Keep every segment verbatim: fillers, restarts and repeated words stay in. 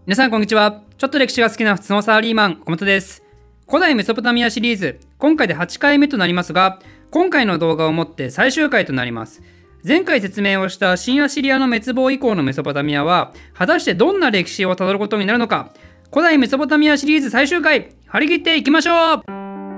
皆さんこんにちは。ちょっと歴史が好きな普通のサラリーマン小本です。古代メソポタミアシリーズ、今回ではちかいめとなりますが、今回の動画をもって最終回となります。前回説明をした新アシリアの滅亡以降のメソポタミアは果たしてどんな歴史をたどることになるのか。古代メソポタミアシリーズ最終回、張り切っていきましょう。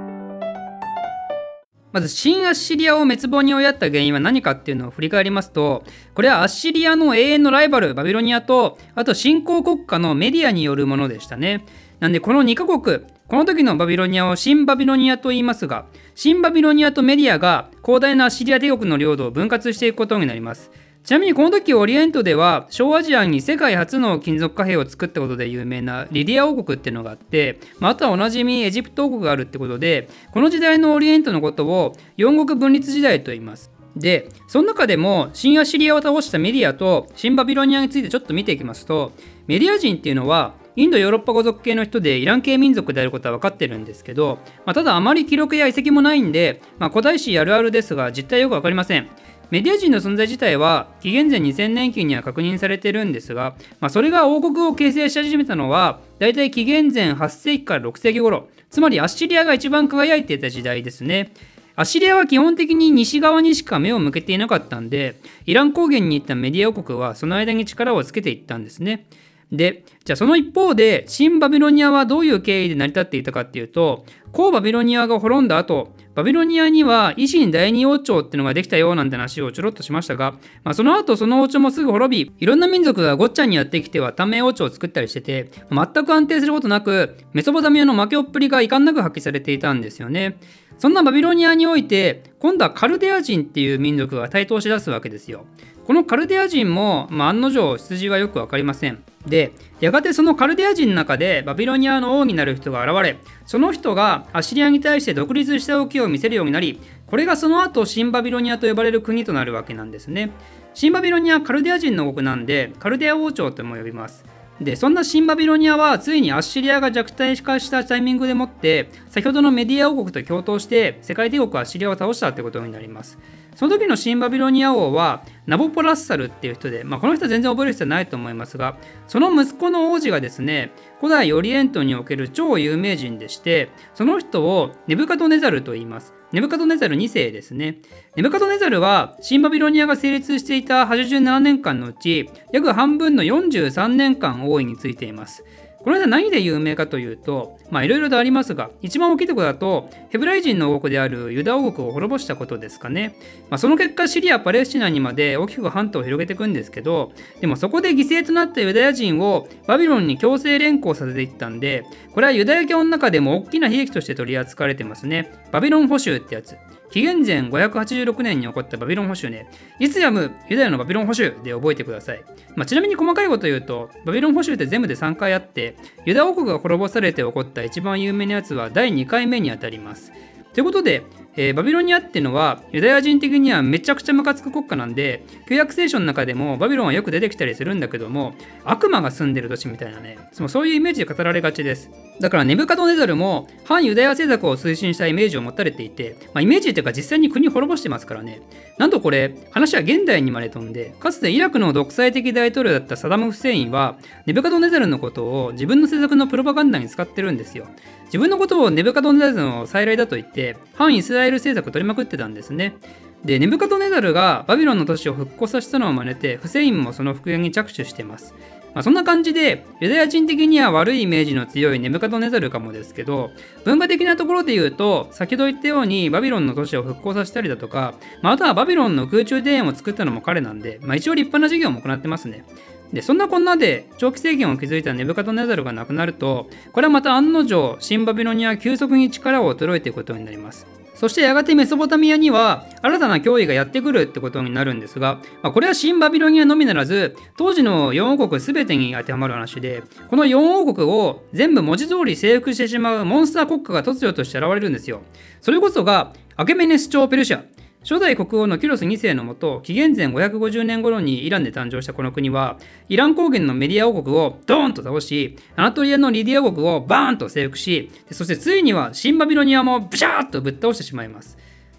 まず新アッシリアを滅亡に追いやった原因は何かっていうのを振り返りますと、これはアッシリアの永遠のライバルバビロニアと、あと新興国家のメディアによるものでしたね。なんでこのにカ国、この時のバビロニアを新バビロニアと言いますが、新バビロニアとメディアが広大なアッシリア帝国の領土を分割していくことになります。ちなみにこの時オリエントでは小アジアに世界初の金属貨幣を作ったことで有名なリディア王国っていうのがあって、まあ、あとはおなじみエジプト王国があるってことで、この時代のオリエントのことを四国分立時代と言います。で、その中でも新アッシリアを倒したメディアと新バビロニアについてちょっと見ていきますと、メディア人っていうのはインドヨーロッパ語族系の人でイラン系民族であることは分かってるんですけど、まあ、ただあまり記録や遺跡もないんで、まあ、古代史あるあるですが実態よく分かりません。メディア人の存在自体は紀元前にせんねん期には確認されてるんですが、まあ、それが王国を形成し始めたのはだいたい紀元前はっせいきからろくせいき頃、つまりアッシリアが一番輝いていた時代ですね。アッシリアは基本的に西側にしか目を向けていなかったんで、イラン高原に行ったメディア王国はその間に力をつけていったんですね。で、じゃあその一方で新バビロニアはどういう経緯で成り立っていたかっていうと、古バビロニアが滅んだ後、バビロニアには維新第二王朝っていうのができたようなんて話をちょろっとしましたが、まあ、その後その王朝もすぐ滅び、いろんな民族がごっちゃにやってきては短命王朝を作ったりしてて、全く安定することなくメソポタミアの負けっぷりが遺憾なく発揮されていたんですよね。そんなバビロニアにおいて今度はカルデア人っていう民族が台頭しだすわけですよ。このカルデア人も、まあ、案の定出自がよく分かりません。で、やがてそのカルデア人の中でバビロニアの王になる人が現れ、その人がアッシリアに対して独立した動きを見せるようになり、これがその後新バビロニアと呼ばれる国となるわけなんですね。新バビロニアはカルデア人の国なんでカルデア王朝とも呼びます。で、そんな新バビロニアはついにアッシリアが弱体化したタイミングでもって先ほどのメディア王国と共闘して世界帝国アッシリアを倒したってことになります。その時の新バビロニア王はナボポラッサルっていう人で、まあ、この人は全然覚える必要はないと思いますが、その息子の王子がですね、古代オリエントにおける超有名人でして、その人をネブカドネザルと言います。ネブカドネザルにせいですね。ネブカドネザルは新バビロニアが成立していたはちじゅうななねんかんのうち約半分のよんじゅうさんねんかん王位についています。この間何で有名かというと、まあいろいろとありますが、一番大きいところだとヘブライ人の王国であるユダ王国を滅ぼしたことですかね。まあ、その結果シリア・パレスチナにまで大きく半島を広げていくんですけど、でもそこで犠牲となったユダヤ人をバビロンに強制連行させていったんで、これはユダヤ教の中でも大きな悲劇として取り扱われてますね。バビロン捕囚ってやつ。紀元前ごひゃくはちじゅうろくねんに起こったバビロン捕囚ね。いつやむユダヤのバビロン捕囚で覚えてください。まあ、ちなみに細かいこと言うと、バビロン捕囚って全部でさんかいあって、ユダ王国が滅ぼされて起こった一番有名なやつはだいにかいめにあたります。ということで、えー、バビロニアっていうのはユダヤ人的にはめちゃくちゃムカつく国家なんで、旧約聖書の中でもバビロンはよく出てきたりするんだけども、悪魔が住んでる土地みたいなね、そういうイメージで語られがちです。だからネブカドネザルも反ユダヤ政策を推進したイメージを持たれていて、まあ、イメージっていうか実際に国を滅ぼしてますからね。なんとこれ話は現代にまで飛んで、かつてイラクの独裁的大統領だったサダム・フセインはネブカドネザルのことを自分の政策のプロパガンダに使ってるんですよ。自分のことをネブカドネザルの再来だと言って反イスラエル政策を取りまくってたんですね。で、ネブカドネザルがバビロンの都市を復興させたのを真似てフセインもその復元に着手してます。まあ、そんな感じでユダヤ人的には悪いイメージの強いネブカドネザルかもですけど、文化的なところで言うと先ほど言ったようにバビロンの都市を復興させたりだとか、まあ、あとはバビロンの空中庭園を作ったのも彼なんで、まあ、一応立派な事業も行ってますね。で、そんなこんなで長期政権を築いたネブカドネザルがなくなると、これはまた案の定新バビロニアは急速に力を衰えていくことになります。そしてやがてメソポタミアには新たな脅威がやってくるってことになるんですが、まあ、これは新バビロニアのみならず当時のよんおうこく全てに当てはまる話で、このよんおうこくを全部文字通り征服してしまうモンスター国家が突如として現れるんですよ。それこそがアケメネス朝ペルシャ。初代国王のキュロスにせいのもと、紀元前ごひゃくごじゅうねん頃にイランで誕生したこの国は、イラン高原のメディア王国をドーンと倒し、アナトリアのリディア王国をバーンと征服し、そしてついには新バビロニアもブシャーッとぶっ倒してしまいます。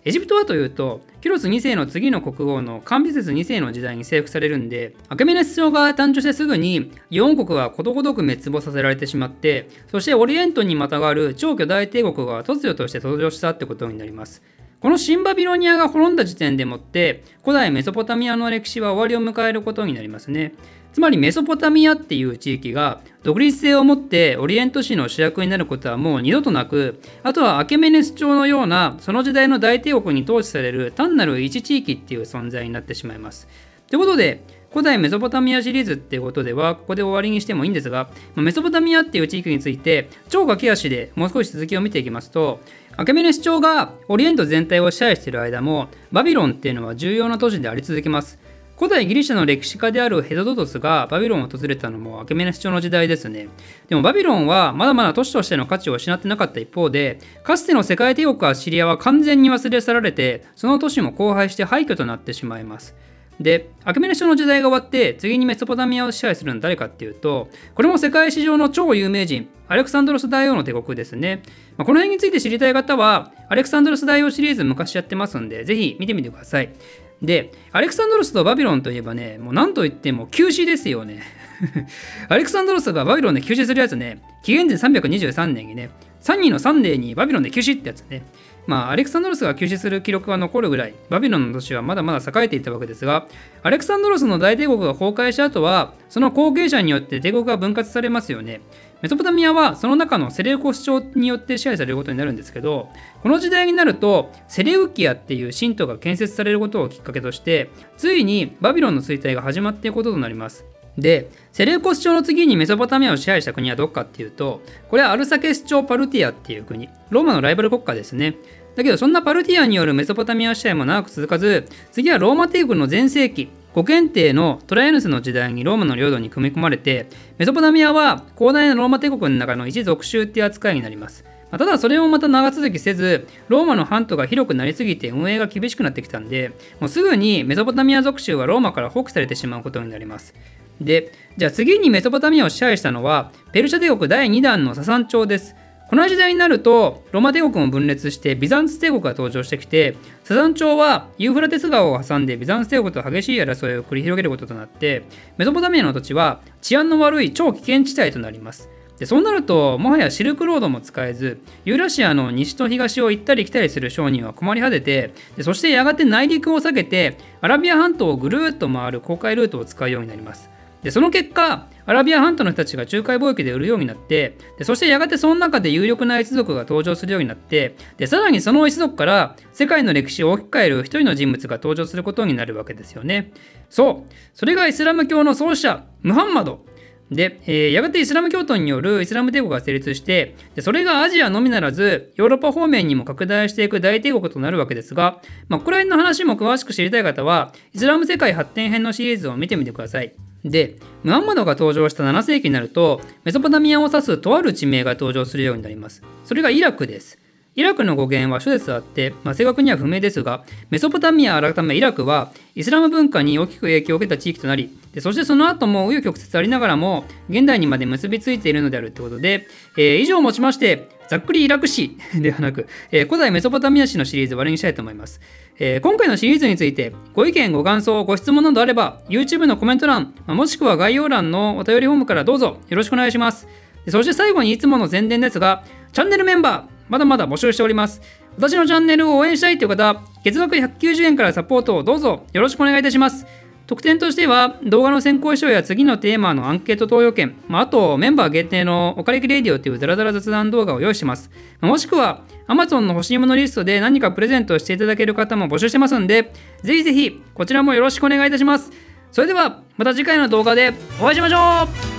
エジプトはというと、キュロスに世の次の国王のカンビセスに世の時代に征服されるんで、アケメネス朝が誕生してすぐによん国はことごとく滅亡させられてしまって、そしてオリエントにまたがる超巨大帝国が突如として登場したってことになります。この新バビロニアが滅んだ時点でもって古代メソポタミアの歴史は終わりを迎えることになりますね。つまりメソポタミアっていう地域が独立性を持ってオリエント史の主役になることはもう二度となく、あとはアケメネス朝のようなその時代の大帝国に統治される単なる一地域っていう存在になってしまいます。ということで古代メソポタミアシリーズっていうことではここで終わりにしてもいいんですが、メソポタミアっていう地域について超駆け足でもう少し続きを見ていきますと、アケメネス朝がオリエント全体を支配している間もバビロンっていうのは重要な都市であり続けます。古代ギリシャの歴史家であるヘドドトスがバビロンを訪れたのもアケメネス朝の時代ですね。でもバビロンはまだまだ都市としての価値を失ってなかった一方で、かつての世界帝国アッシリアは完全に忘れ去られて、その都市も荒廃して廃墟となってしまいます。で、アケメネス朝の時代が終わって次にメソポタミアを支配するのは誰かっていうと、これも世界史上の超有名人アレクサンドロス大王の帝国ですね。まあ、この辺について知りたい方はアレクサンドロス大王シリーズ昔やってますんで、ぜひ見てみてください。で、アレクサンドロスとバビロンといえばね、もう何と言っても急死ですよね。アレクサンドロスがバビロンで急死するやつね、紀元前さんびゃくにじゅうさんねんにね、さんにんのサンデーにバビロンで急死ってやつね。まあ、アレクサンドロスが急死する記録が残るぐらい、バビロンの都市はまだまだ栄えていたわけですが、アレクサンドロスの大帝国が崩壊した後は、その後継者によって帝国が分割されますよね。メソポタミアはその中のセレウコス朝によって支配されることになるんですけど、この時代になるとセレウキアっていう神道が建設されることをきっかけとして、ついにバビロンの衰退が始まっていくこととなります。で、セレウコス朝の次にメソポタミアを支配した国はどこかっていうと、これはアルサケス朝パルティアっていう国、ローマのライバル国家ですね。だけどそんなパルティアによるメソポタミア支配も長く続かず、次はローマ帝国の全盛期、古検定のトライアヌスの時代にローマの領土に組み込まれて、メソポタミアは広大なローマ帝国の中の一属州っていう扱いになります。ただそれもまた長続きせず、ローマの版図が広くなりすぎて運営が厳しくなってきたんで、もうすぐにメソポタミア属州はローマから放棄されてしまうことになります。で、じゃあ次にメソポタミアを支配したのはペルシャ帝国だいにだんのササン朝です。この時代になるとローマ帝国も分裂してビザンツ帝国が登場してきて、ササン朝はユーフラテス川を挟んでビザンツ帝国と激しい争いを繰り広げることとなって、メソポタミアの土地は治安の悪い超危険地帯となります。で、そうなるともはやシルクロードも使えず、ユーラシアの西と東を行ったり来たりする商人は困り果てて、でそしてやがて内陸を避けてアラビア半島をぐるーっと回る航海ルートを使うようになります。でその結果、アラビア半島の人たちが仲介貿易で売るようになって、でそしてやがてその中で有力な一族が登場するようになって、でさらにその一族から世界の歴史を置き換える一人の人物が登場することになるわけですよね。そう、それがイスラム教の創始者ムハンマドで、えー、やがてイスラム教徒によるイスラム帝国が成立して、でそれがアジアのみならずヨーロッパ方面にも拡大していく大帝国となるわけですが、まあ、ここら辺の話も詳しく知りたい方はイスラム世界発展編のシリーズを見てみてください。で、ムハンマドが登場したななせいきになると、メソポタミアを指すとある地名が登場するようになります。それがイラクです。イラクの語源は諸説あって、まあ、正確には不明ですが、メソポタミア改めイラクはイスラム文化に大きく影響を受けた地域となり、でそしてその後も紆余曲折ありながらも現代にまで結びついているのであるということで、えー、以上をもちましてざっくりイラク史ではなく、えー、古代メソポタミア史のシリーズを終わりにしたいと思います。えー、今回のシリーズについてご意見ご感想ご質問などあれば YouTube のコメント欄、もしくは概要欄のお便りフォームからどうぞよろしくお願いします。でそして最後にいつもの宣伝ですが、チャンネルメンバーまだまだ募集しております。私のチャンネルを応援したいという方、月額ひゃくきゅうじゅうえんからサポートをどうぞよろしくお願いいたします。特典としては動画の選考書や次のテーマのアンケート投票券、まあ、あとメンバー限定のおかれきレディオというダラダラ雑談動画を用意してます。もしくは Amazon の欲しいものリストで何かプレゼントしていただける方も募集してますんで、ぜひぜひこちらもよろしくお願いいたします。それではまた次回の動画でお会いしましょう。